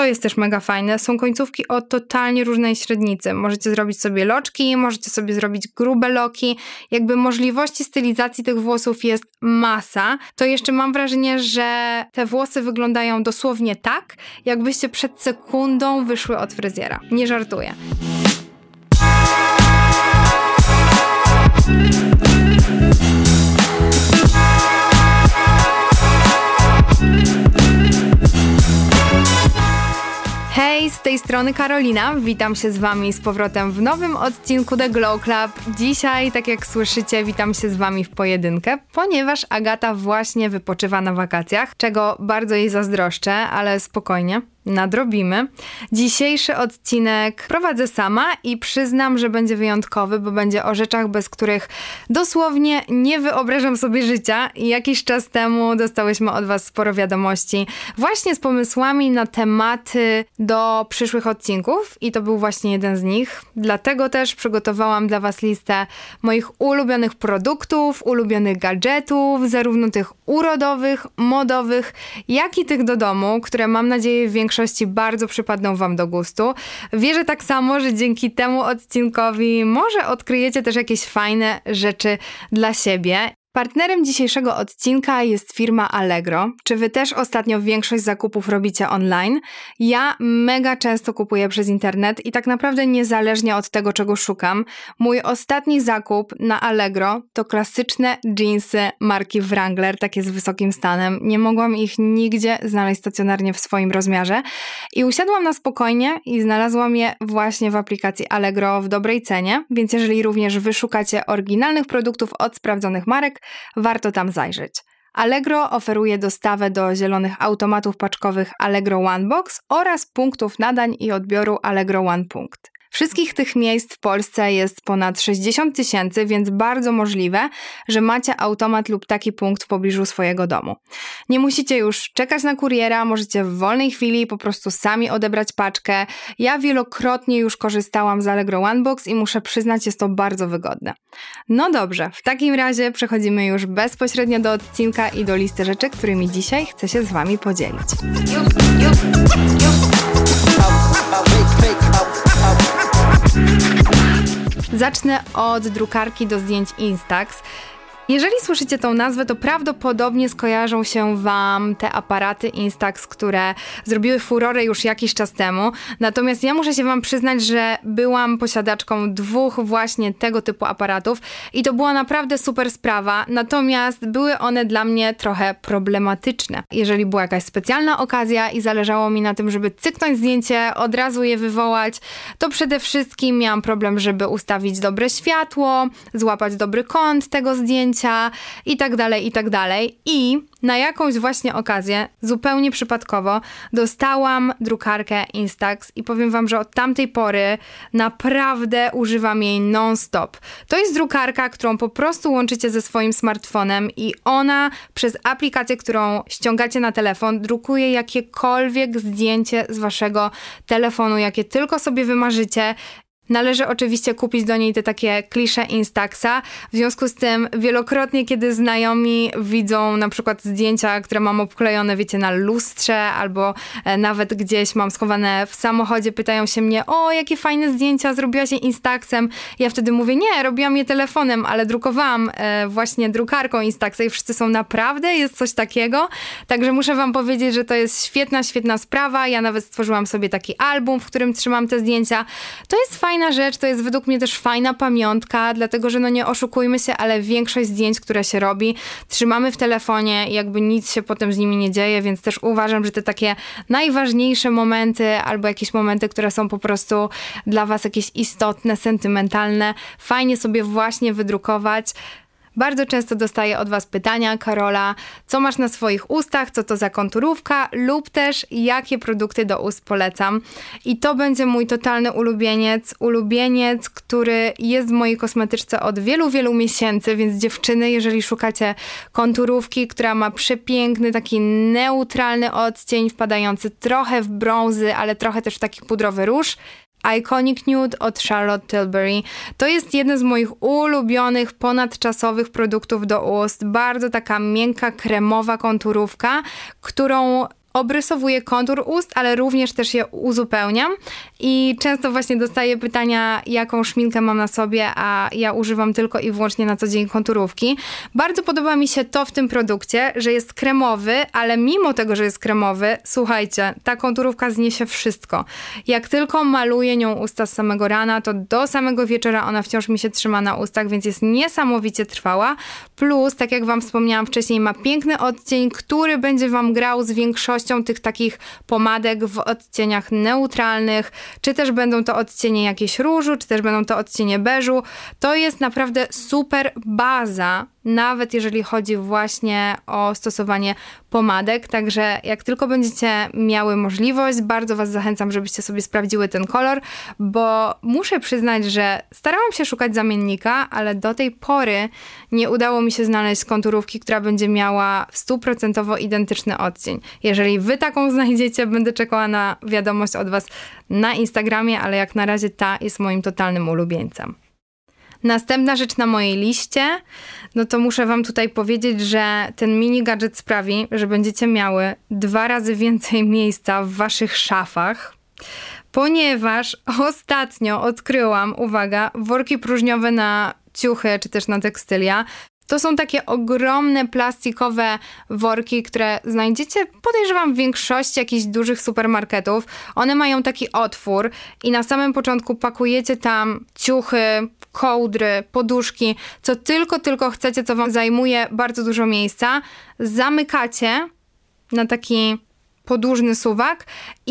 To jest też mega fajne. Są końcówki o totalnie różnej średnicy. Możecie zrobić sobie loczki, możecie sobie zrobić grube loki. Jakby możliwości stylizacji tych włosów jest masa. To jeszcze mam wrażenie, że te włosy wyglądają dosłownie tak, jakbyście przed sekundą wyszły od fryzjera. Nie żartuję. Hej, z tej strony Karolina. Witam się z wami z powrotem w nowym odcinku The Glow Club. Dzisiaj, tak jak słyszycie, witam się z wami w pojedynkę, ponieważ Agata właśnie wypoczywa na wakacjach, czego bardzo jej zazdroszczę, ale spokojnie. Nadrobimy. Dzisiejszy odcinek prowadzę sama i przyznam, że będzie wyjątkowy, bo będzie o rzeczach, bez których dosłownie nie wyobrażam sobie życia. I jakiś czas temu dostałyśmy od was sporo wiadomości właśnie z pomysłami na tematy do przyszłych odcinków i to był właśnie jeden z nich. Dlatego też przygotowałam dla was listę moich ulubionych produktów, ulubionych gadżetów, zarówno tych urodowych, modowych, jak i tych do domu, które mam nadzieję w większości bardzo przypadną wam do gustu. Wierzę tak samo, że dzięki temu odcinkowi może odkryjecie też jakieś fajne rzeczy dla siebie. Partnerem dzisiejszego odcinka jest firma Allegro. Czy wy też ostatnio większość zakupów robicie online? Ja mega często kupuję przez internet i tak naprawdę niezależnie od tego, czego szukam. Mój ostatni zakup na Allegro to klasyczne dżinsy marki Wrangler, takie z wysokim stanem. Nie mogłam ich nigdzie znaleźć stacjonarnie w swoim rozmiarze i usiadłam na spokojnie i znalazłam je właśnie w aplikacji Allegro w dobrej cenie, więc jeżeli również wy szukacie oryginalnych produktów od sprawdzonych marek, warto tam zajrzeć. Allegro oferuje dostawę do zielonych automatów paczkowych Allegro One Box oraz punktów nadań i odbioru Allegro One Punkt. Wszystkich tych miejsc w Polsce jest ponad 60 000, więc bardzo możliwe, że macie automat lub taki punkt w pobliżu swojego domu. Nie musicie już czekać na kuriera, możecie w wolnej chwili po prostu sami odebrać paczkę. Ja wielokrotnie już korzystałam z Allegro One Box i muszę przyznać, jest to bardzo wygodne. No dobrze, w takim razie przechodzimy już bezpośrednio do odcinka i do listy rzeczy, którymi dzisiaj chcę się z wami podzielić. Zacznę od drukarki do zdjęć Instax. Jeżeli słyszycie tą nazwę, to prawdopodobnie skojarzą się wam te aparaty Instax, które zrobiły furorę już jakiś czas temu. Natomiast ja muszę się wam przyznać, że byłam posiadaczką 2 właśnie tego typu aparatów i to była naprawdę super sprawa. Natomiast były one dla mnie trochę problematyczne. Jeżeli była jakaś specjalna okazja i zależało mi na tym, żeby cyknąć zdjęcie, od razu je wywołać, to przede wszystkim miałam problem, żeby ustawić dobre światło, złapać dobry kąt tego zdjęcia, i tak dalej, i tak dalej. I na jakąś właśnie okazję, zupełnie przypadkowo, dostałam drukarkę Instax i powiem wam, że od tamtej pory naprawdę używam jej non-stop. To jest drukarka, którą po prostu łączycie ze swoim smartfonem i ona przez aplikację, którą ściągacie na telefon, drukuje jakiekolwiek zdjęcie z waszego telefonu, jakie tylko sobie wymarzycie. Należy oczywiście kupić do niej te takie klisze Instaxa. W związku z tym wielokrotnie, kiedy znajomi widzą na przykład zdjęcia, które mam obklejone, wiecie, na lustrze albo nawet gdzieś mam schowane w samochodzie, pytają się mnie: o, jakie fajne zdjęcia, zrobiłaś je Instaxem. Ja wtedy mówię: nie, robiłam je telefonem, ale drukowałam właśnie drukarką Instaxa i wszyscy są: naprawdę? Jest coś takiego? Także muszę wam powiedzieć, że to jest świetna sprawa. Ja nawet stworzyłam sobie taki album, w którym trzymam te zdjęcia. To jest fajna rzecz, to jest według mnie też fajna pamiątka, dlatego że no nie oszukujmy się, ale większość zdjęć, które się robi, trzymamy w telefonie i jakby nic się potem z nimi nie dzieje, więc też uważam, że te takie najważniejsze momenty albo jakieś momenty, które są po prostu dla was jakieś istotne, sentymentalne, fajnie sobie właśnie wydrukować. Bardzo często dostaję od was pytania: Karola, co masz na swoich ustach, co to za konturówka lub też jakie produkty do ust polecam. I to będzie mój totalny ulubieniec, który jest w mojej kosmetyczce od wielu miesięcy, więc dziewczyny, jeżeli szukacie konturówki, która ma przepiękny, taki neutralny odcień, wpadający trochę w brązy, ale trochę też w taki pudrowy róż, Iconic Nude od Charlotte Tilbury. To jest jeden z moich ulubionych, ponadczasowych produktów do ust. Bardzo taka miękka, kremowa konturówka, którą obrysowuje kontur ust, ale również też je uzupełniam i często właśnie dostaję pytania, jaką szminkę mam na sobie, a ja używam tylko i wyłącznie na co dzień konturówki. Bardzo podoba mi się to w tym produkcie, że jest kremowy, ale mimo tego, że jest kremowy, słuchajcie, ta konturówka zniesie wszystko. Jak tylko maluję nią usta z samego rana, to do samego wieczora ona wciąż mi się trzyma na ustach, więc jest niesamowicie trwała. Plus, tak jak wam wspomniałam wcześniej, ma piękny odcień, który będzie wam grał z większością tych takich pomadek w odcieniach neutralnych, czy też będą to odcienie jakieś różu, czy też będą to odcienie beżu. To jest naprawdę super baza, nawet jeżeli chodzi właśnie o stosowanie pomadek, także jak tylko będziecie miały możliwość, bardzo was zachęcam, żebyście sobie sprawdziły ten kolor, bo muszę przyznać, że starałam się szukać zamiennika, ale do tej pory nie udało mi się znaleźć konturówki, która będzie miała 100% identyczny odcień. Jeżeli wy taką znajdziecie, będę czekała na wiadomość od was na Instagramie, ale jak na razie ta jest moim totalnym ulubieńcem. Następna rzecz na mojej liście, no to muszę wam tutaj powiedzieć, że ten mini gadżet sprawi, że będziecie miały 2 razy więcej miejsca w waszych szafach, ponieważ ostatnio odkryłam, uwaga, worki próżniowe na ciuchy czy też na tekstylia. To są takie ogromne plastikowe worki, które znajdziecie, podejrzewam, w większości jakichś dużych supermarketów. One mają taki otwór i na samym początku pakujecie tam ciuchy, kołdry, poduszki, co tylko chcecie, co wam zajmuje bardzo dużo miejsca. Zamykacie na taki podłużny suwak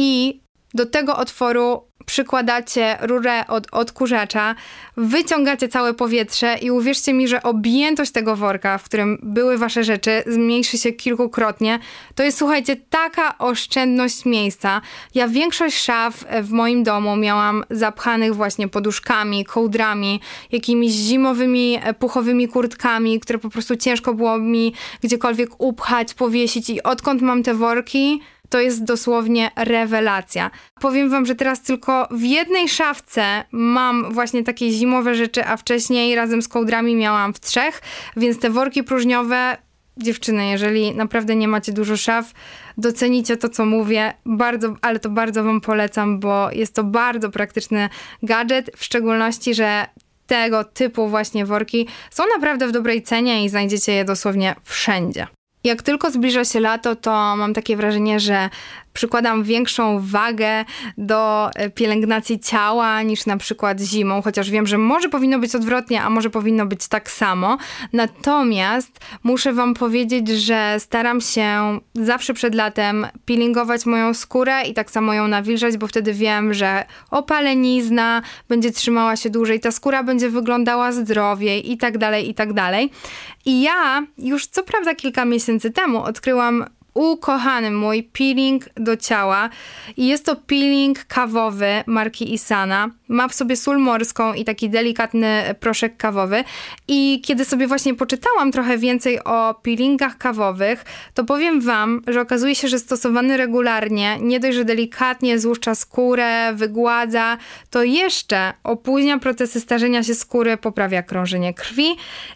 i do tego otworu przykładacie rurę od odkurzacza, wyciągacie całe powietrze i uwierzcie mi, że objętość tego worka, w którym były wasze rzeczy, zmniejszy się kilkukrotnie. To jest, słuchajcie, taka oszczędność miejsca. Ja większość szaf w moim domu miałam zapchanych właśnie poduszkami, kołdrami, jakimiś zimowymi, puchowymi kurtkami, które po prostu ciężko było mi gdziekolwiek upchać, powiesić i odkąd mam te worki, to jest dosłownie rewelacja. Powiem wam, że teraz tylko w jednej szafce mam właśnie takie zimowe rzeczy, a wcześniej razem z kołdrami miałam w 3, więc te worki próżniowe, dziewczyny, jeżeli naprawdę nie macie dużo szaf, docenicie to, co mówię, ale to bardzo wam polecam, bo jest to bardzo praktyczny gadżet, w szczególności, że tego typu właśnie worki są naprawdę w dobrej cenie i znajdziecie je dosłownie wszędzie. Jak tylko zbliża się lato, to mam takie wrażenie, że przykładam większą wagę do pielęgnacji ciała niż na przykład zimą, chociaż wiem, że może powinno być odwrotnie, a może powinno być tak samo. Natomiast muszę wam powiedzieć, że staram się zawsze przed latem peelingować moją skórę i tak samo ją nawilżać, bo wtedy wiem, że opalenizna będzie trzymała się dłużej, ta skóra będzie wyglądała zdrowiej i tak dalej, i tak dalej. I ja już co prawda kilka miesięcy temu odkryłam ukochany mój peeling do ciała i jest to peeling kawowy marki Isana. Ma w sobie sól morską i taki delikatny proszek kawowy i kiedy sobie właśnie poczytałam trochę więcej o peelingach kawowych, to powiem wam, że okazuje się, że stosowany regularnie, nie dość, że delikatnie złuszcza skórę, wygładza, to jeszcze opóźnia procesy starzenia się skóry, poprawia krążenie krwi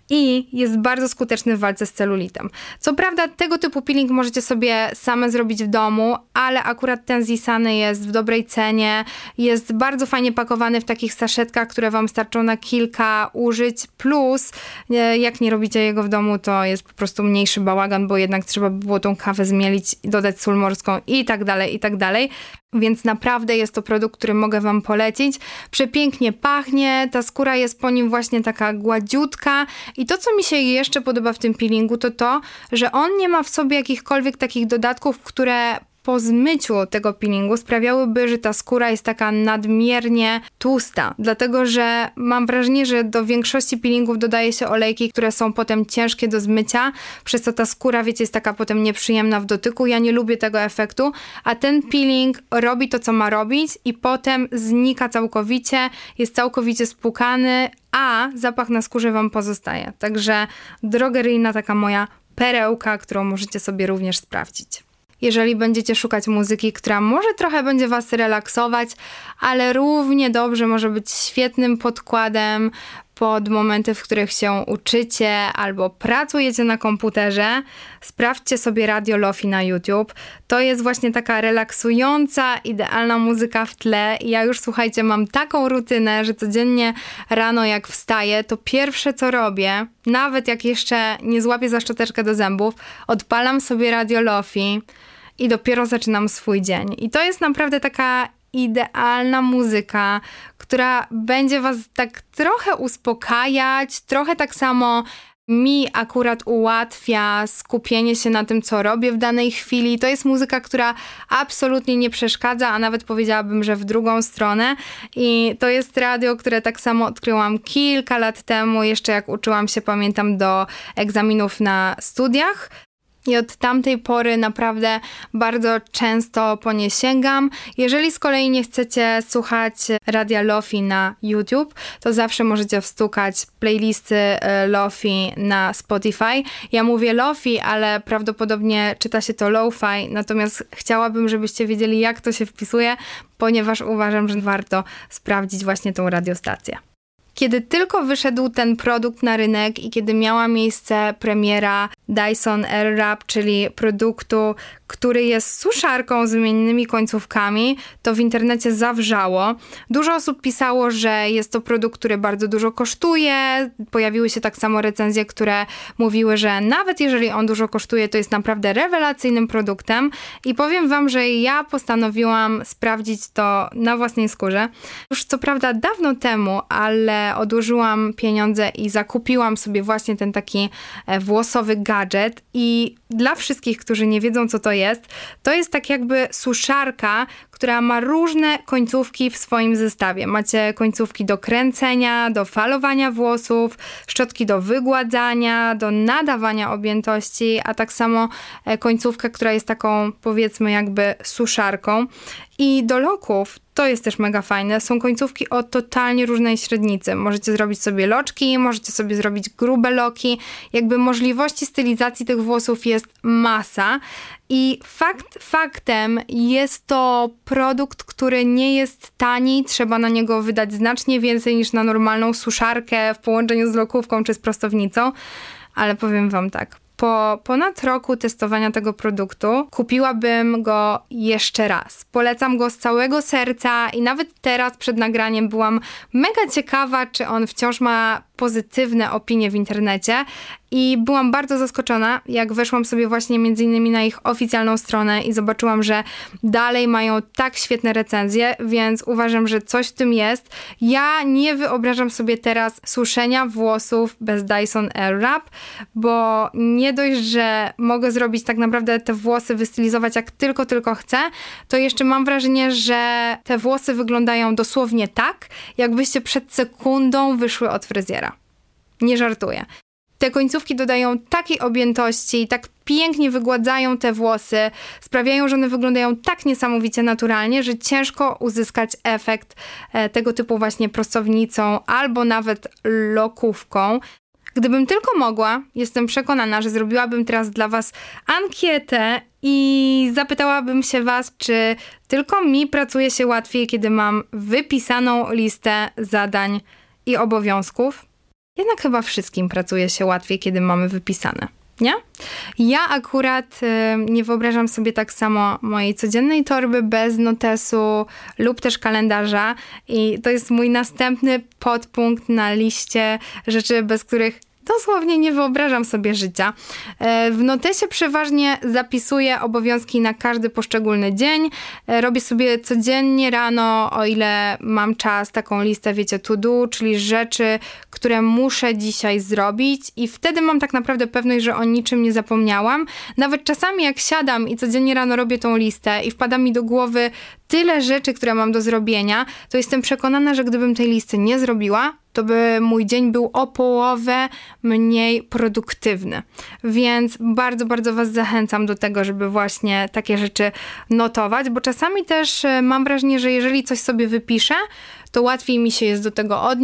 i jest bardzo skuteczny w walce z celulitem. Co prawda tego typu peeling możecie sobie same zrobić w domu, ale akurat ten z Isany jest w dobrej cenie, jest bardzo fajnie pakowany w takich saszetkach, które wam starczą na kilka użyć, plus jak nie robicie jego w domu, to jest po prostu mniejszy bałagan, bo jednak trzeba by było tą kawę zmielić, dodać sól morską i tak dalej, i tak dalej. Więc naprawdę jest to produkt, który mogę wam polecić. Przepięknie pachnie, ta skóra jest po nim właśnie taka gładziutka i to, co mi się jeszcze podoba w tym peelingu, to, że on nie ma w sobie jakichkolwiek takich dodatków, które po zmyciu tego peelingu sprawiałyby, że ta skóra jest taka nadmiernie tłusta. Dlatego, że mam wrażenie, że do większości peelingów dodaje się olejki, które są potem ciężkie do zmycia, przez co ta skóra, wiecie, jest taka potem nieprzyjemna w dotyku. Ja nie lubię tego efektu, a ten peeling robi to, co ma robić i potem znika całkowicie, jest całkowicie spłukany, a zapach na skórze wam pozostaje. Także drogeryjna taka moja perełka, którą możecie sobie również sprawdzić. Jeżeli będziecie szukać muzyki, która może trochę będzie was relaksować, ale równie dobrze może być świetnym podkładem pod momenty, w których się uczycie albo pracujecie na komputerze, sprawdźcie sobie Radio Lofi na YouTube. To jest właśnie taka relaksująca, idealna muzyka w tle. I ja już, słuchajcie, mam taką rutynę, że codziennie rano jak wstaję, to pierwsze co robię, nawet jak jeszcze nie złapię za szczoteczkę do zębów, odpalam sobie Radio Lofi i dopiero zaczynam swój dzień. I to jest naprawdę taka idealna muzyka, która będzie was tak trochę uspokajać, trochę tak samo mi akurat ułatwia skupienie się na tym, co robię w danej chwili. To jest muzyka, która absolutnie nie przeszkadza, a nawet powiedziałabym, że w drugą stronę. I to jest radio, które tak samo odkryłam kilka lat temu, jeszcze jak uczyłam się, pamiętam, do egzaminów na studiach. I od tamtej pory naprawdę bardzo często po nie sięgam. Jeżeli z kolei nie chcecie słuchać Radia Lofi na YouTube, to zawsze możecie wstukać playlisty Lofi na Spotify. Ja mówię Lofi, ale prawdopodobnie czyta się to Lo-Fi, natomiast chciałabym, żebyście wiedzieli, jak to się wpisuje, ponieważ uważam, że warto sprawdzić właśnie tą radiostację. Kiedy tylko wyszedł ten produkt na rynek i kiedy miała miejsce premiera Dyson Airwrap, czyli produktu, który jest suszarką z wymiennymi końcówkami, to w internecie zawrzało. Dużo osób pisało, że jest to produkt, który bardzo dużo kosztuje. Pojawiły się tak samo recenzje, które mówiły, że nawet jeżeli on dużo kosztuje, to jest naprawdę rewelacyjnym produktem. I powiem wam, że ja postanowiłam sprawdzić to na własnej skórze. Już co prawda dawno temu, ale odłożyłam pieniądze i zakupiłam sobie właśnie ten taki włosowy gadżet. I dla wszystkich, którzy nie wiedzą, co to jest tak jakby suszarka, która ma różne końcówki w swoim zestawie. Macie końcówki do kręcenia, do falowania włosów, szczotki do wygładzania, do nadawania objętości, a tak samo końcówkę, która jest taką, powiedzmy, jakby suszarką. I do loków, to jest też mega fajne, są końcówki o totalnie różnej średnicy. Możecie zrobić sobie loczki, możecie sobie zrobić grube loki. Jakby możliwości stylizacji tych włosów jest masa. I faktem jest to produkt, który nie jest tani, trzeba na niego wydać znacznie więcej niż na normalną suszarkę w połączeniu z lokówką czy z prostownicą, ale powiem wam tak, po ponad roku testowania tego produktu kupiłabym go jeszcze raz. Polecam go z całego serca i nawet teraz przed nagraniem byłam mega ciekawa, czy on wciąż ma pozytywne opinie w internecie i byłam bardzo zaskoczona, jak weszłam sobie właśnie między innymi na ich oficjalną stronę i zobaczyłam, że dalej mają tak świetne recenzje, więc uważam, że coś w tym jest. Ja nie wyobrażam sobie teraz suszenia włosów bez Dyson Airwrap, bo nie dość, że mogę zrobić tak naprawdę te włosy, wystylizować jak tylko chcę, to jeszcze mam wrażenie, że te włosy wyglądają dosłownie tak, jakbyście przed sekundą wyszły od fryzjera. Nie żartuję. Te końcówki dodają takiej objętości, tak pięknie wygładzają te włosy, sprawiają, że one wyglądają tak niesamowicie naturalnie, że ciężko uzyskać efekt tego typu właśnie prostownicą albo nawet lokówką. Gdybym tylko mogła, jestem przekonana, że zrobiłabym teraz dla was ankietę i zapytałabym się was, czy tylko mi pracuje się łatwiej, kiedy mam wypisaną listę zadań i obowiązków. Jednak chyba wszystkim pracuje się łatwiej, kiedy mamy wypisane, nie? Ja akurat nie wyobrażam sobie tak samo mojej codziennej torby bez notesu lub też kalendarza i to jest mój następny podpunkt na liście rzeczy, bez których dosłownie nie wyobrażam sobie życia. W notesie przeważnie zapisuję obowiązki na każdy poszczególny dzień. Robię sobie codziennie rano, o ile mam czas, taką listę, wiecie, to do, czyli rzeczy, które muszę dzisiaj zrobić i wtedy mam tak naprawdę pewność, że o niczym nie zapomniałam. Nawet czasami jak siadam i codziennie rano robię tą listę i wpada mi do głowy tyle rzeczy, które mam do zrobienia, to jestem przekonana, że gdybym tej listy nie zrobiła, to by mój dzień był o połowę mniej produktywny. Więc bardzo, bardzo was zachęcam do tego, żeby właśnie takie rzeczy notować, bo czasami też mam wrażenie, że jeżeli coś sobie wypiszę, to łatwiej mi się jest do tego odnieść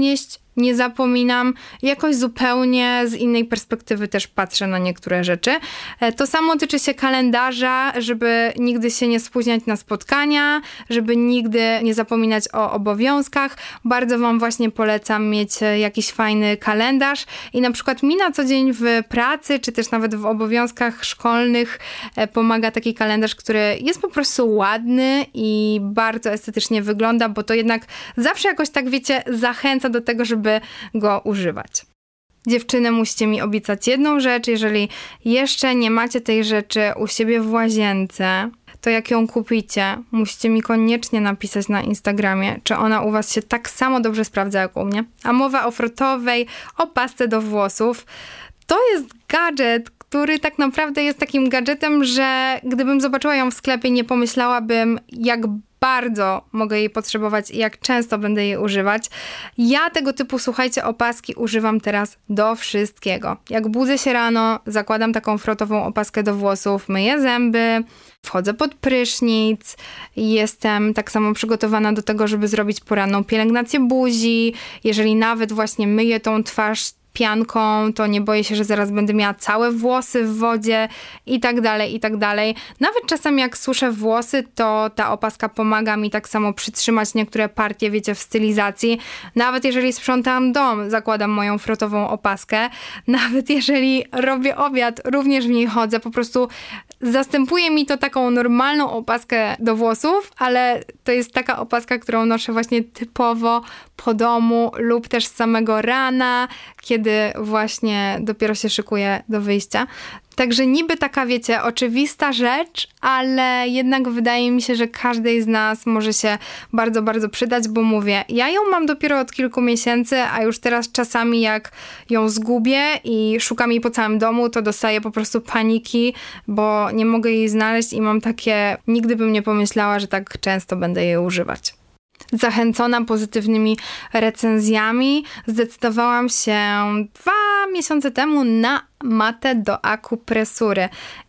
nie zapominam, jakoś zupełnie z innej perspektywy też patrzę na niektóre rzeczy. To samo tyczy się kalendarza, żeby nigdy się nie spóźniać na spotkania, żeby nigdy nie zapominać o obowiązkach. Bardzo wam właśnie polecam mieć jakiś fajny kalendarz i na przykład mi na co dzień w pracy, czy też nawet w obowiązkach szkolnych pomaga taki kalendarz, który jest po prostu ładny i bardzo estetycznie wygląda, bo to jednak zawsze jakoś tak, wiecie, zachęca do tego, żeby go używać. Dziewczyny, musicie mi obiecać jedną rzecz, jeżeli jeszcze nie macie tej rzeczy u siebie w łazience, to jak ją kupicie, musicie mi koniecznie napisać na Instagramie, czy ona u was się tak samo dobrze sprawdza jak u mnie. A mowa o frotowej opasce do włosów, to jest gadżet, który tak naprawdę jest takim gadżetem, że gdybym zobaczyła ją w sklepie, nie pomyślałabym, jak bardzo mogę jej potrzebować i jak często będę jej używać. Ja tego typu, słuchajcie, opaski używam teraz do wszystkiego. Jak budzę się rano, zakładam taką frotową opaskę do włosów, myję zęby, wchodzę pod prysznic, jestem tak samo przygotowana do tego, żeby zrobić poranną pielęgnację buzi. Jeżeli nawet właśnie myję tą twarz pianką, to nie boję się, że zaraz będę miała całe włosy w wodzie i tak dalej, i tak dalej. Nawet czasami jak suszę włosy, to ta opaska pomaga mi tak samo przytrzymać niektóre partie, wiecie, w stylizacji. Nawet jeżeli sprzątam dom, zakładam moją frotową opaskę. Nawet jeżeli robię obiad, również w niej chodzę. Po prostu zastępuje mi to taką normalną opaskę do włosów, ale to jest taka opaska, którą noszę właśnie typowo po domu lub też z samego rana, kiedy właśnie dopiero się szykuję do wyjścia. Także niby taka, wiecie, oczywista rzecz, ale jednak wydaje mi się, że każdej z nas może się bardzo, bardzo przydać, bo mówię, ja ją mam dopiero od kilku miesięcy, a już teraz czasami jak ją zgubię i szukam jej po całym domu, to dostaję po prostu paniki, bo nie mogę jej znaleźć i mam takie, nigdy bym nie pomyślała, że tak często będę jej używać. Zachęcona pozytywnymi recenzjami, zdecydowałam się 2 miesiące temu na matę do akupresury.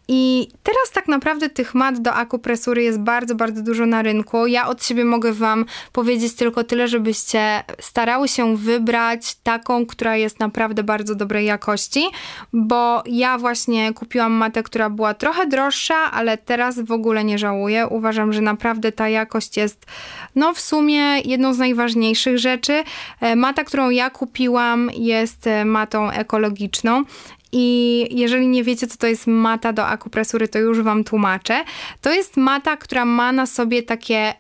I teraz tak naprawdę tych mat do akupresury jest bardzo, bardzo dużo na rynku. Ja od siebie mogę wam powiedzieć tylko tyle, żebyście starały się wybrać taką, która jest naprawdę bardzo dobrej jakości, bo ja właśnie kupiłam matę, która była trochę droższa, ale teraz w ogóle nie żałuję. Uważam, że naprawdę ta jakość jest w sumie jedną z najważniejszych rzeczy. Mata, którą ja kupiłam, jest matą ekologiczną. I jeżeli nie wiecie, co to jest mata do akupresury, to już wam tłumaczę. To jest mata, która ma na sobie takie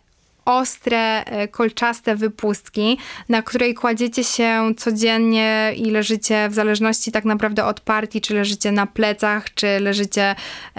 ostre, kolczaste wypustki, na której kładziecie się codziennie i leżycie w zależności tak naprawdę od partii, czy leżycie na plecach, czy leżycie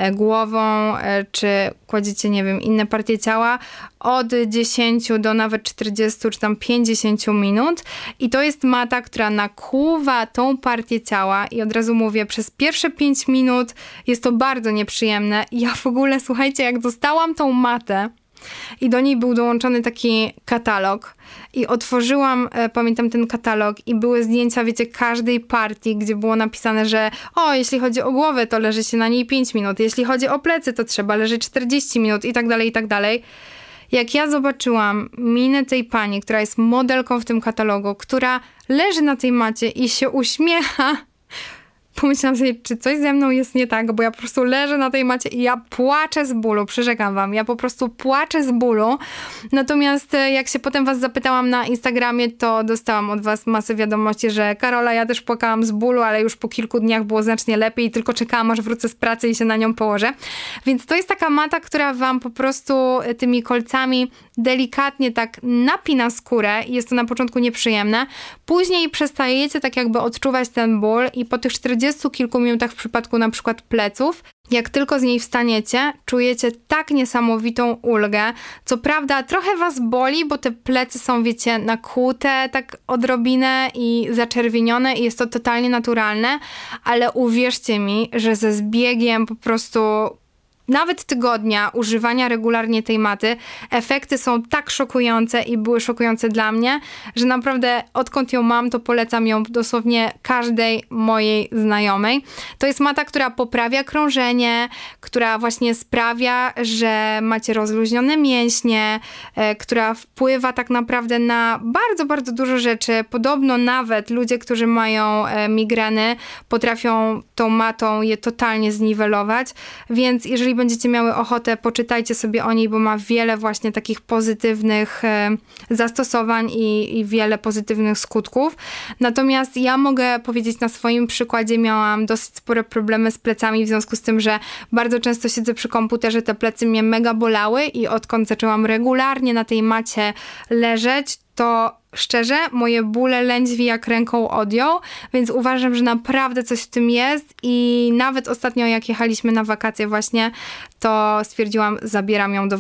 głową, czy kładziecie, nie wiem, inne partie ciała od 10 do nawet 40 czy tam 50 minut i to jest mata, która nakłuwa tą partię ciała i od razu mówię, przez pierwsze 5 minut jest to bardzo nieprzyjemne. Ja w ogóle, słuchajcie, jak dostałam tą matę i do niej był dołączony taki katalog i otworzyłam, pamiętam ten katalog i były zdjęcia, wiecie, każdej partii, gdzie było napisane, że jeśli chodzi o głowę, to leży się na niej 5 minut, jeśli chodzi o plecy, to trzeba leżeć 40 minut i tak dalej, i tak dalej. Jak ja zobaczyłam minę tej pani, która jest modelką w tym katalogu, która leży na tej macie i się uśmiecha, pomyślałam sobie, czy coś ze mną jest nie tak, bo ja po prostu leżę na tej macie i ja płaczę z bólu, przyrzekam wam, ja po prostu płaczę z bólu. Natomiast jak się potem was zapytałam na Instagramie, to dostałam od was masę wiadomości, że Karola, ja też płakałam z bólu, ale już po kilku dniach było znacznie lepiej i tylko czekałam, aż wrócę z pracy i się na nią położę. Więc to jest taka mata, która wam po prostu tymi kolcami delikatnie tak napina skórę i jest to na początku nieprzyjemne. Później przestajecie tak jakby odczuwać ten ból i po tych 40 kilku minutach w przypadku na przykład pleców, jak tylko z niej wstaniecie, czujecie tak niesamowitą ulgę. Co prawda trochę was boli, bo te plecy są, wiecie, nakłute tak odrobinę i zaczerwienione i jest to totalnie naturalne, ale uwierzcie mi, że ze zbiegiem po prostu nawet tygodnia używania regularnie tej maty, efekty są tak szokujące i były szokujące dla mnie, że naprawdę odkąd ją mam, to polecam ją dosłownie każdej mojej znajomej. To jest mata, która poprawia krążenie, która właśnie sprawia, że macie rozluźnione mięśnie, która wpływa tak naprawdę na bardzo, bardzo dużo rzeczy. Podobno nawet ludzie, którzy mają migreny, potrafią tą matą je totalnie zniwelować, więc jeżeli będziecie miały ochotę, poczytajcie sobie o niej, bo ma wiele właśnie takich pozytywnych zastosowań i wiele pozytywnych skutków. Natomiast ja mogę powiedzieć na swoim przykładzie, miałam dosyć spore problemy z plecami w związku z tym, że bardzo często siedzę przy komputerze, te plecy mnie mega bolały i odkąd zaczęłam regularnie na tej macie leżeć, to szczerze, moje bóle lędźwi jak ręką odjął, więc uważam, że naprawdę coś w tym jest i nawet ostatnio jak jechaliśmy na wakacje właśnie, to stwierdziłam, zabrałam ją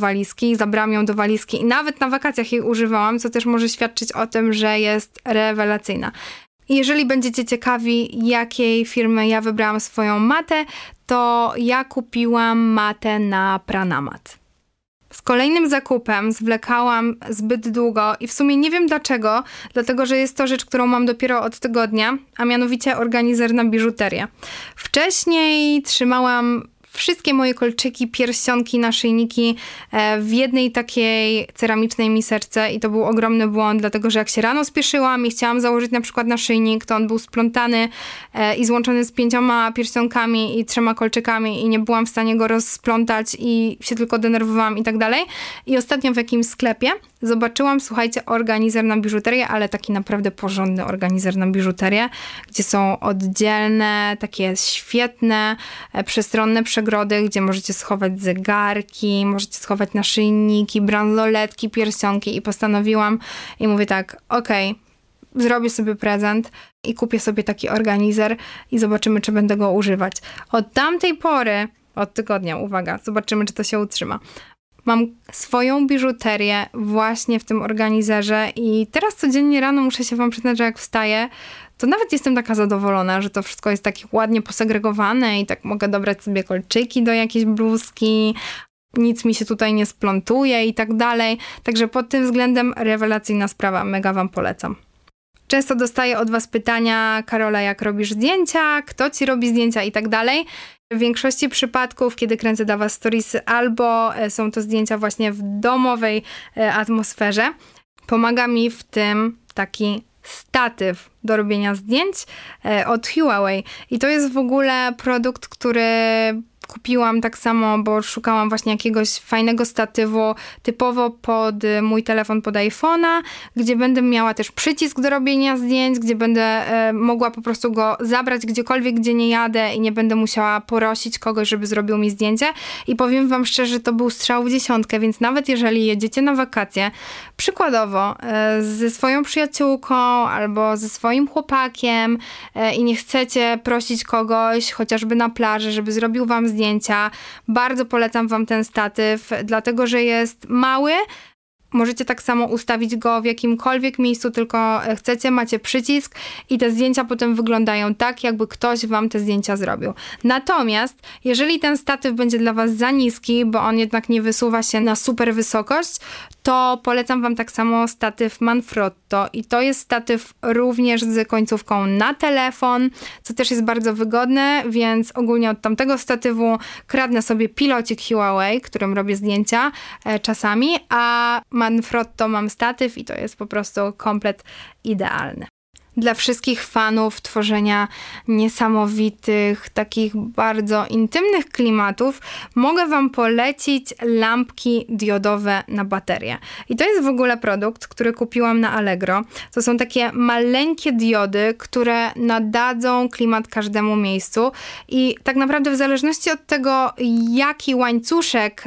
do walizki i nawet na wakacjach jej używałam, co też może świadczyć o tym, że jest rewelacyjna. Jeżeli będziecie ciekawi, jakiej firmy ja wybrałam swoją matę, to ja kupiłam matę na Pranamat. Z kolejnym zakupem zwlekałam zbyt długo i w sumie nie wiem dlaczego, dlatego że jest to rzecz, którą mam dopiero od tygodnia, a mianowicie organizer na biżuterię. Wcześniej trzymałam wszystkie moje kolczyki, pierścionki, naszyjniki w jednej takiej ceramicznej miseczce i to był ogromny błąd, dlatego że jak się rano spieszyłam i chciałam założyć na przykład naszyjnik, to on był splątany i złączony z 5 pierścionkami i 3 kolczykami i nie byłam w stanie go rozsplątać i się tylko denerwowałam i tak dalej. I ostatnio w jakimś sklepie zobaczyłam, słuchajcie, organizer na biżuterię, ale taki naprawdę porządny organizer na biżuterię, gdzie są oddzielne, takie świetne, przestronne przegrody, gdzie możecie schować zegarki, możecie schować naszyjniki, bransoletki, pierścionki i postanowiłam i mówię tak, okej, zrobię sobie prezent i kupię sobie taki organizer i zobaczymy, czy będę go używać. Od tamtej pory, od tygodnia, uwaga, zobaczymy, czy to się utrzyma. Mam swoją biżuterię właśnie w tym organizerze i teraz codziennie rano muszę się wam przyznać, że jak wstaję, to nawet jestem taka zadowolona, że to wszystko jest takie ładnie posegregowane i tak mogę dobrać sobie kolczyki do jakiejś bluzki, nic mi się tutaj nie splątuje i tak dalej. Także pod tym względem rewelacyjna sprawa, mega wam polecam. Często dostaję od was pytania, Karola, jak robisz zdjęcia, kto ci robi zdjęcia i tak dalej. W większości przypadków, kiedy kręcę dla was storiesy, albo są to zdjęcia właśnie w domowej atmosferze, pomaga mi w tym taki statyw do robienia zdjęć od Huawei. I to jest w ogóle produkt, który kupiłam tak samo, bo szukałam właśnie jakiegoś fajnego statywu typowo pod mój telefon, pod iPhone'a, gdzie będę miała też przycisk do robienia zdjęć, gdzie będę mogła po prostu go zabrać gdziekolwiek, gdzie nie jadę i nie będę musiała prosić kogoś, żeby zrobił mi zdjęcie. I powiem wam szczerze, to był strzał w dziesiątkę, więc nawet jeżeli jedziecie na wakacje, przykładowo ze swoją przyjaciółką albo ze swoim chłopakiem i nie chcecie prosić kogoś, chociażby na plaży, żeby zrobił wam zdjęcia, bardzo polecam wam ten statyw, dlatego że jest mały. Możecie tak samo ustawić go w jakimkolwiek miejscu, tylko chcecie, macie przycisk i te zdjęcia potem wyglądają tak, jakby ktoś wam te zdjęcia zrobił. Natomiast, jeżeli ten statyw będzie dla was za niski, bo on jednak nie wysuwa się na super wysokość, to polecam wam tak samo statyw Manfrotto i to jest statyw również z końcówką na telefon, co też jest bardzo wygodne, więc ogólnie od tamtego statywu kradnę sobie pilocik Huawei, którym robię zdjęcia czasami, a Manfrotto mam statyw i to jest po prostu komplet idealny. Dla wszystkich fanów tworzenia niesamowitych, takich bardzo intymnych klimatów mogę wam polecić lampki diodowe na baterię. I to jest w ogóle produkt, który kupiłam na Allegro. To są takie maleńkie diody, które nadadzą klimat każdemu miejscu i tak naprawdę w zależności od tego, jaki łańcuszek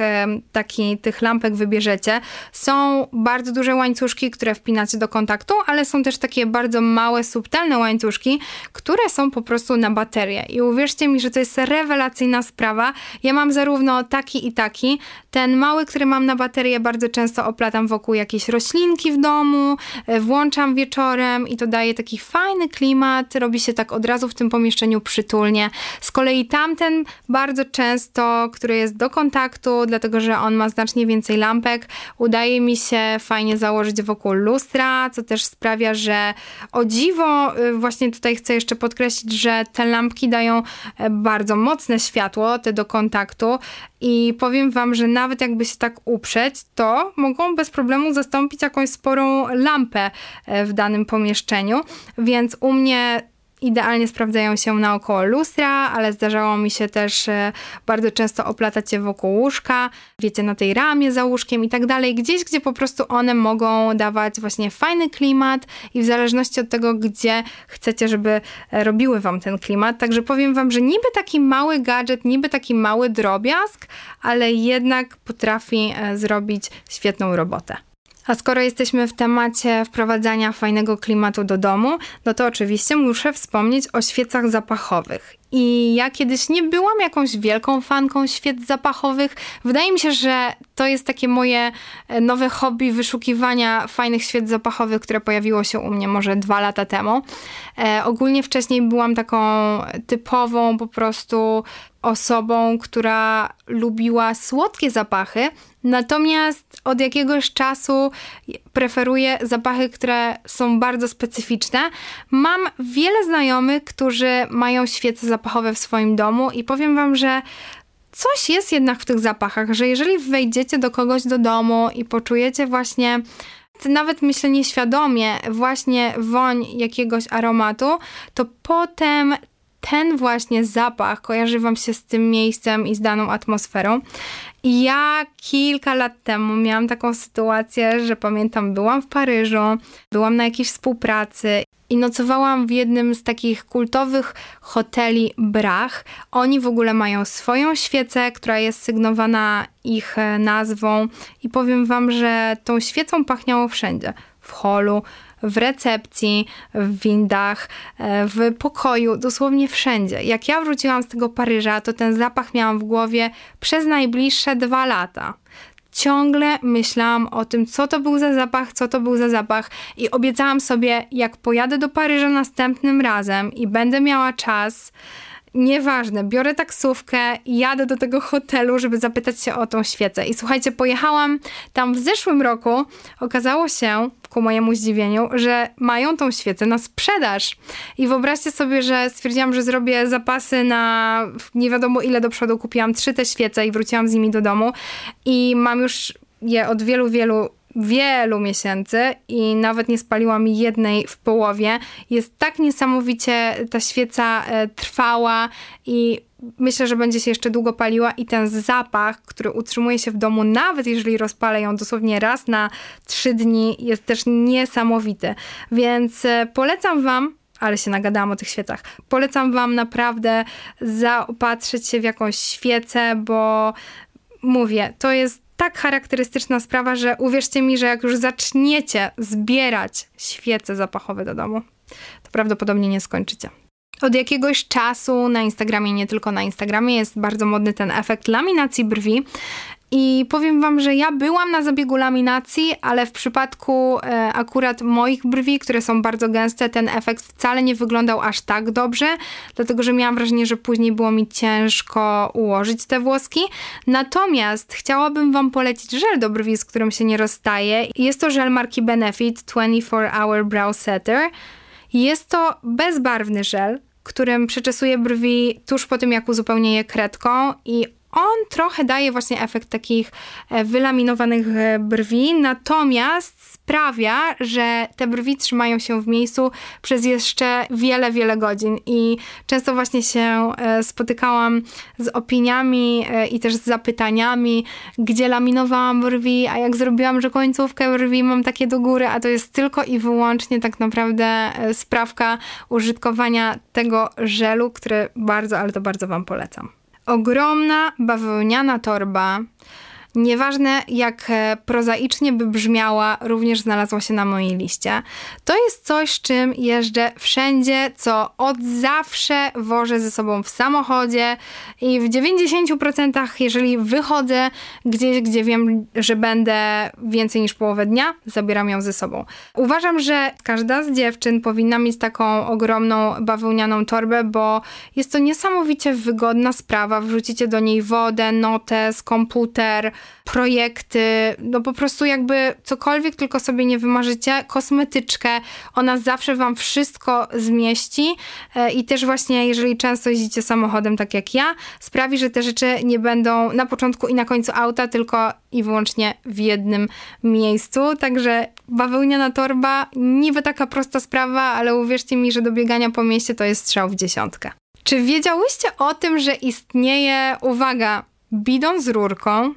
tych lampek wybierzecie, są bardzo duże łańcuszki, które wpinacie do kontaktu, ale są też takie bardzo małe małe, subtelne łańcuszki, które są po prostu na baterię. I uwierzcie mi, że to jest rewelacyjna sprawa. Ja mam zarówno taki i taki. Ten mały, który mam na baterię, bardzo często oplatam wokół jakieś roślinki w domu, włączam wieczorem i to daje taki fajny klimat, robi się tak od razu w tym pomieszczeniu przytulnie. Z kolei tamten bardzo często, który jest do kontaktu, dlatego że on ma znacznie więcej lampek, udaje mi się fajnie założyć wokół lustra, co też sprawia, że o dziwo, właśnie tutaj chcę jeszcze podkreślić, że te lampki dają bardzo mocne światło, te do kontaktu i powiem wam, że nawet jakby się tak uprzeć, to mogą bez problemu zastąpić jakąś sporą lampę w danym pomieszczeniu, więc u mnie idealnie sprawdzają się naokoło lustra, ale zdarzało mi się też bardzo często oplatać je wokół łóżka, wiecie, na tej ramie za łóżkiem i tak dalej, gdzieś, gdzie po prostu one mogą dawać właśnie fajny klimat i w zależności od tego, gdzie chcecie, żeby robiły wam ten klimat. Także powiem wam, że niby taki mały gadżet, niby taki mały drobiazg, ale jednak potrafi zrobić świetną robotę. A skoro jesteśmy w temacie wprowadzania fajnego klimatu do domu, no to oczywiście muszę wspomnieć o świecach zapachowych. I ja kiedyś nie byłam jakąś wielką fanką świec zapachowych. Wydaje mi się, że to jest takie moje nowe hobby wyszukiwania fajnych świec zapachowych, które pojawiło się u mnie może 2 lata temu. Ogólnie wcześniej byłam taką typową po prostu osobą, która lubiła słodkie zapachy, natomiast od jakiegoś czasu preferuję zapachy, które są bardzo specyficzne. Mam wiele znajomych, którzy mają świece zapachowe w swoim domu i powiem wam, że coś jest jednak w tych zapachach, że jeżeli wejdziecie do kogoś do domu i poczujecie właśnie, nawet myślę nieświadomie, właśnie woń jakiegoś aromatu, to potem ten właśnie zapach kojarzy wam się z tym miejscem i z daną atmosferą. I ja kilka lat temu miałam taką sytuację, że pamiętam, byłam w Paryżu, byłam na jakiejś współpracy i nocowałam w jednym z takich kultowych hoteli Brach. Oni w ogóle mają swoją świecę, która jest sygnowana ich nazwą i powiem wam, że tą świecą pachniało wszędzie. W holu, w recepcji, w windach, w pokoju, dosłownie wszędzie. Jak ja wróciłam z tego Paryża, to ten zapach miałam w głowie przez najbliższe 2 lata. Ciągle myślałam o tym, co to był za zapach i obiecałam sobie, jak pojadę do Paryża następnym razem i będę miała czas, nieważne, biorę taksówkę i jadę do tego hotelu, żeby zapytać się o tą świecę. I słuchajcie, pojechałam tam w zeszłym roku. Okazało się, ku mojemu zdziwieniu, że mają tą świecę na sprzedaż. I wyobraźcie sobie, że stwierdziłam, że zrobię zapasy na nie wiadomo ile do przodu. Kupiłam 3 te świece i wróciłam z nimi do domu. I mam już je od wielu miesięcy i nawet nie spaliłam jednej w połowie. Jest tak niesamowicie ta świeca trwała i myślę, że będzie się jeszcze długo paliła i ten zapach, który utrzymuje się w domu, nawet jeżeli rozpalę ją dosłownie raz na 3 dni, jest też niesamowity. Więc polecam wam, ale się nagadałam o tych świecach, polecam wam naprawdę zaopatrzyć się w jakąś świecę, bo mówię, to jest tak charakterystyczna sprawa, że uwierzcie mi, że jak już zaczniecie zbierać świece zapachowe do domu, to prawdopodobnie nie skończycie. Od jakiegoś czasu na Instagramie, nie tylko na Instagramie, jest bardzo modny ten efekt laminacji brwi. I powiem wam, że ja byłam na zabiegu laminacji, ale w przypadku akurat moich brwi, które są bardzo gęste, ten efekt wcale nie wyglądał aż tak dobrze, dlatego że miałam wrażenie, że później było mi ciężko ułożyć te włoski. Natomiast chciałabym wam polecić żel do brwi, z którym się nie rozstaje. Jest to żel marki Benefit 24 Hour Brow Setter. Jest to bezbarwny żel, którym przeczesuję brwi tuż po tym, jak uzupełnię je kredką i on trochę daje właśnie efekt takich wylaminowanych brwi, natomiast sprawia, że te brwi trzymają się w miejscu przez jeszcze wiele godzin i często właśnie się spotykałam z opiniami i też z zapytaniami, gdzie laminowałam brwi, a jak zrobiłam, że końcówkę brwi mam takie do góry, a to jest tylko i wyłącznie tak naprawdę sprawka użytkowania tego żelu, który bardzo, ale to bardzo wam polecam. Ogromna bawełniana torba nieważne jak prozaicznie by brzmiała, również znalazła się na mojej liście. To jest coś, z czym jeżdżę wszędzie, co od zawsze wożę ze sobą w samochodzie i w 90% jeżeli wychodzę gdzieś, gdzie wiem, że będę więcej niż połowę dnia, zabieram ją ze sobą. Uważam, że każda z dziewczyn powinna mieć taką ogromną bawełnianą torbę, bo jest to niesamowicie wygodna sprawa. Wrzucicie do niej wodę, notes, komputer, projekty, no po prostu jakby cokolwiek tylko sobie nie wymarzycie, kosmetyczkę, ona zawsze wam wszystko zmieści i też właśnie, jeżeli często jeździcie samochodem tak jak ja, sprawi, że te rzeczy nie będą na początku i na końcu auta, tylko i wyłącznie w jednym miejscu. Także bawełniana torba, niby taka prosta sprawa, ale uwierzcie mi, że do biegania po mieście to jest strzał w dziesiątkę. Czy wiedziałyście o tym, że istnieje, uwaga, bidon z rurką?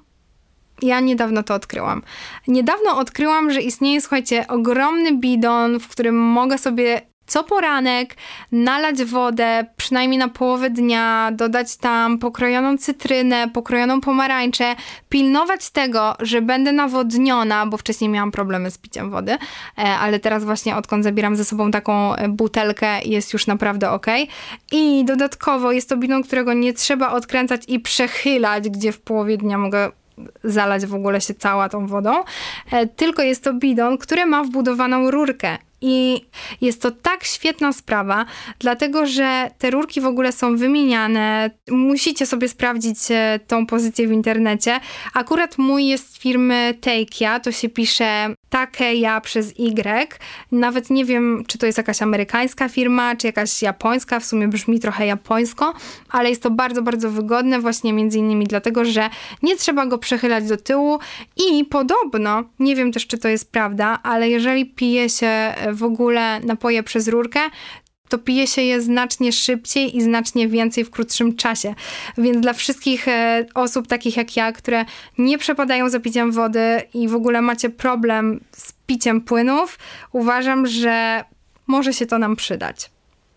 Ja niedawno to odkryłam. Niedawno odkryłam, że istnieje, słuchajcie, ogromny bidon, w którym mogę sobie co poranek nalać wodę, przynajmniej na połowę dnia, dodać tam pokrojoną cytrynę, pokrojoną pomarańczę, pilnować tego, że będę nawodniona, bo wcześniej miałam problemy z piciem wody, ale teraz właśnie odkąd zabieram ze sobą taką butelkę, jest już naprawdę okej. I dodatkowo jest to bidon, którego nie trzeba odkręcać i przechylać, gdzie w połowie dnia mogę zalać w ogóle się cała tą wodą, tylko jest to bidon, który ma wbudowaną rurkę. I jest to tak świetna sprawa, dlatego że te rurki w ogóle są wymieniane. Musicie sobie sprawdzić tą pozycję w internecie. Akurat mój jest z firmy Takeya, to się pisze Takeya przez Y. Nawet nie wiem, czy to jest jakaś amerykańska firma, czy jakaś japońska, w sumie brzmi trochę japońsko, ale jest to bardzo, bardzo wygodne właśnie między innymi dlatego, że nie trzeba go przechylać do tyłu i podobno, nie wiem też, czy to jest prawda, ale jeżeli pije się w ogóle napoje przez rurkę, to pije się je znacznie szybciej i znacznie więcej w krótszym czasie. Więc dla wszystkich osób takich jak ja, które nie przepadają za piciem wody i w ogóle macie problem z piciem płynów, uważam, że może się to nam przydać.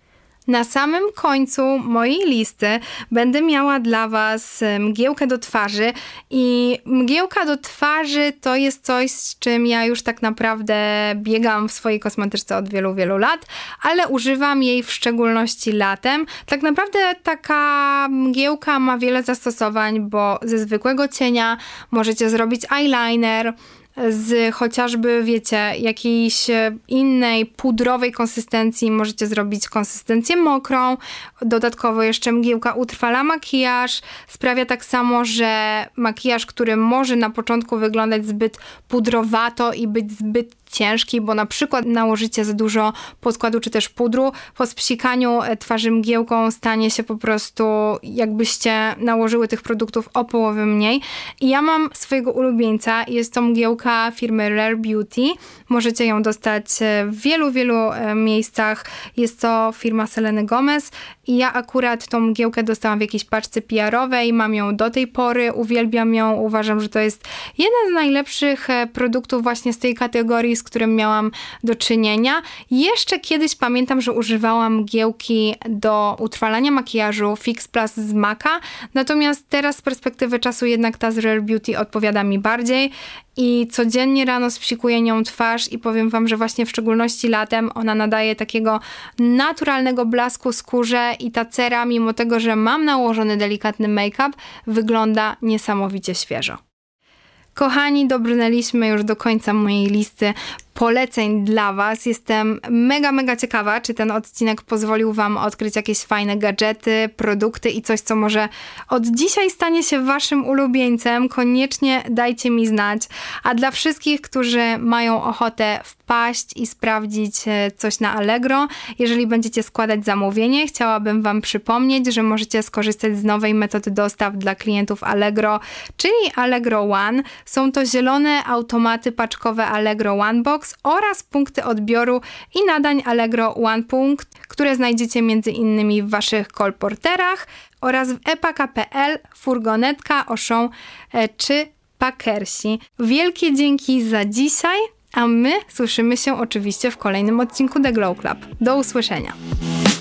Na samym końcu mojej listy będę miała dla was mgiełkę do twarzy i mgiełka do twarzy to jest coś, z czym ja już tak naprawdę biegam w swojej kosmetyczce od wielu, wielu lat, ale używam jej w szczególności latem. Tak naprawdę taka mgiełka ma wiele zastosowań, bo ze zwykłego cienia możecie zrobić eyeliner, z chociażby, wiecie, jakiejś innej pudrowej konsystencji możecie zrobić konsystencję mokrą. Dodatkowo jeszcze mgiełka utrwala makijaż. Sprawia tak samo, że makijaż, który może na początku wyglądać zbyt pudrowato i być zbyt ciężki, bo na przykład nałożycie za dużo podkładu czy też pudru, po spsikaniu twarzy mgiełką stanie się po prostu jakbyście nałożyły tych produktów o połowę mniej. I ja mam swojego ulubieńca, jest to mgiełka firmy Rare Beauty. Możecie ją dostać w wielu, wielu miejscach. Jest to firma Seleny Gomez i ja akurat tą mgiełkę dostałam w jakiejś paczce PR-owej, mam ją do tej pory, uwielbiam ją, uważam, że to jest jeden z najlepszych produktów właśnie z tej kategorii, z którym miałam do czynienia. Jeszcze kiedyś pamiętam, że używałam mgiełki do utrwalania makijażu Fix Plus z MAC'a, natomiast teraz z perspektywy czasu jednak ta z Rare Beauty odpowiada mi bardziej i codziennie rano spsikuję nią twarz i powiem wam, że właśnie w szczególności latem ona nadaje takiego naturalnego blasku skórze i ta cera, mimo tego, że mam nałożony delikatny make-up, wygląda niesamowicie świeżo. Kochani, dobrnęliśmy już do końca mojej listy poleceń dla was. Jestem mega, mega ciekawa, czy ten odcinek pozwolił wam odkryć jakieś fajne gadżety, produkty i coś, co może od dzisiaj stanie się waszym ulubieńcem. Koniecznie dajcie mi znać. A dla wszystkich, którzy mają ochotę wpaść i sprawdzić coś na Allegro, jeżeli będziecie składać zamówienie, chciałabym wam przypomnieć, że możecie skorzystać z nowej metody dostaw dla klientów Allegro, czyli Allegro One. Są to zielone automaty paczkowe Allegro One Box oraz punkty odbioru i nadań Allegro One Punkt, które znajdziecie między innymi w waszych kolporterach oraz w epaka.pl, Furgonetka, Auchan czy Packersi. Wielkie dzięki za dzisiaj, a my słyszymy się oczywiście w kolejnym odcinku The Glow Club. Do usłyszenia!